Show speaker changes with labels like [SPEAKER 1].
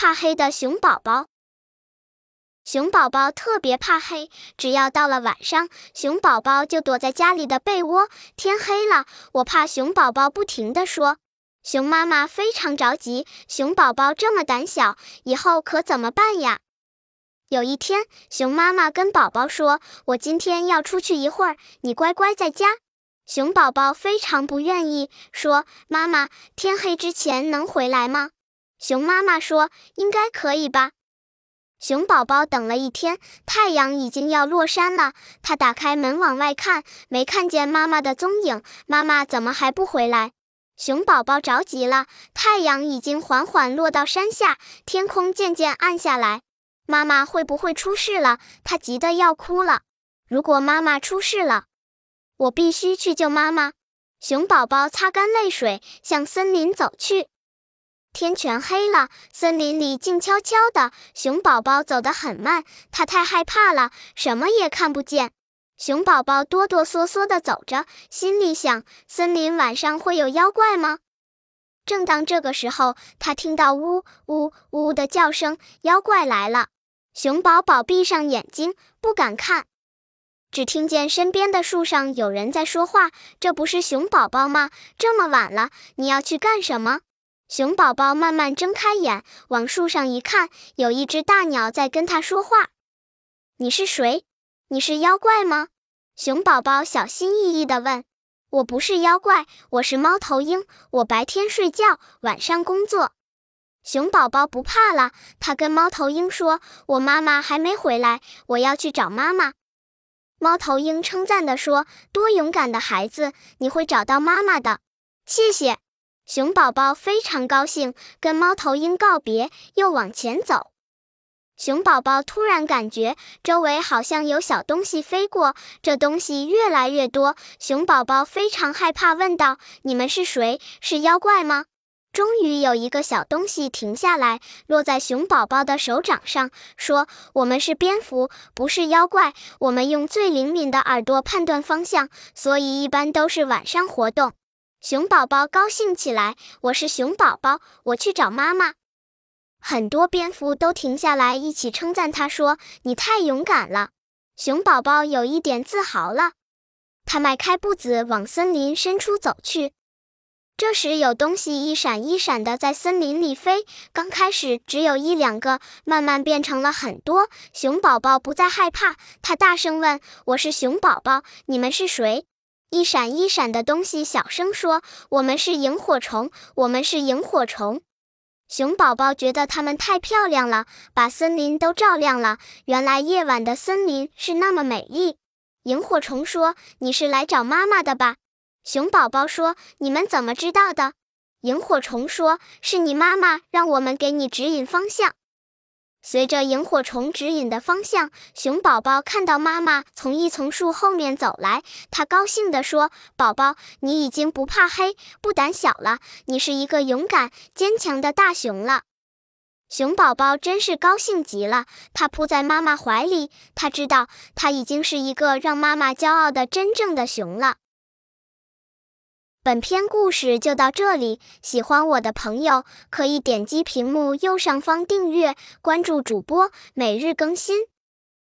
[SPEAKER 1] 怕黑的熊宝宝。熊宝宝特别怕黑，只要到了晚上，熊宝宝就躲在家里的被窝。天黑了，我怕熊宝宝不停地说。熊妈妈非常着急，熊宝宝这么胆小，以后可怎么办呀？有一天，熊妈妈跟宝宝说，我今天要出去一会儿，你乖乖在家。熊宝宝非常不愿意，说，妈妈，天黑之前能回来吗？熊妈妈说，应该可以吧。熊宝宝等了一天，太阳已经要落山了，他打开门往外看，没看见妈妈的踪影，妈妈怎么还不回来？熊宝宝着急了，太阳已经缓缓落到山下，天空渐渐暗下来。妈妈会不会出事了？他急得要哭了。如果妈妈出事了，我必须去救妈妈。熊宝宝擦干泪水，向森林走去。天全黑了，森林里静悄悄的，熊宝宝走得很慢，他太害怕了，什么也看不见。熊宝宝哆哆嗦嗦地走着，心里想，森林晚上会有妖怪吗？正当这个时候，他听到呜呜呜的叫声，妖怪来了。熊宝宝闭上眼睛，不敢看。只听见身边的树上有人在说话，这不是熊宝宝吗？这么晚了，你要去干什么？熊宝宝慢慢睁开眼，往树上一看，有一只大鸟在跟他说话。你是谁？你是妖怪吗？熊宝宝小心翼翼地问。我不是妖怪，我是猫头鹰，我白天睡觉，晚上工作。熊宝宝不怕了，他跟猫头鹰说，我妈妈还没回来，我要去找妈妈。猫头鹰称赞地说，多勇敢的孩子，你会找到妈妈的。谢谢。熊宝宝非常高兴，跟猫头鹰告别，又往前走。熊宝宝突然感觉周围好像有小东西飞过，这东西越来越多，熊宝宝非常害怕，问道，你们是谁？是妖怪吗？终于有一个小东西停下来，落在熊宝宝的手掌上，说，我们是蝙蝠，不是妖怪，我们用最灵敏的耳朵判断方向，所以一般都是晚上活动。熊宝宝高兴起来，我是熊宝宝，我去找妈妈。很多蝙蝠都停下来一起称赞他，说，你太勇敢了。熊宝宝有一点自豪了，他迈开步子往森林深处走去。这时有东西一闪一闪的在森林里飞，刚开始只有一两个，慢慢变成了很多。熊宝宝不再害怕，他大声问，我是熊宝宝，你们是谁？一闪一闪的东西小声说，我们是萤火虫，我们是萤火虫。熊宝宝觉得它们太漂亮了，把森林都照亮了，原来夜晚的森林是那么美丽。萤火虫说，你是来找妈妈的吧？熊宝宝说，你们怎么知道的？萤火虫说，是你妈妈让我们给你指引方向。随着萤火虫指引的方向，熊宝宝看到妈妈从一丛树后面走来，他高兴地说，宝宝，你已经不怕黑，不胆小了，你是一个勇敢坚强的大熊了。熊宝宝真是高兴极了，他扑在妈妈怀里，他知道他已经是一个让妈妈骄傲的真正的熊了。本篇故事就到这里，喜欢我的朋友可以点击屏幕右上方订阅，关注主播，每日更新。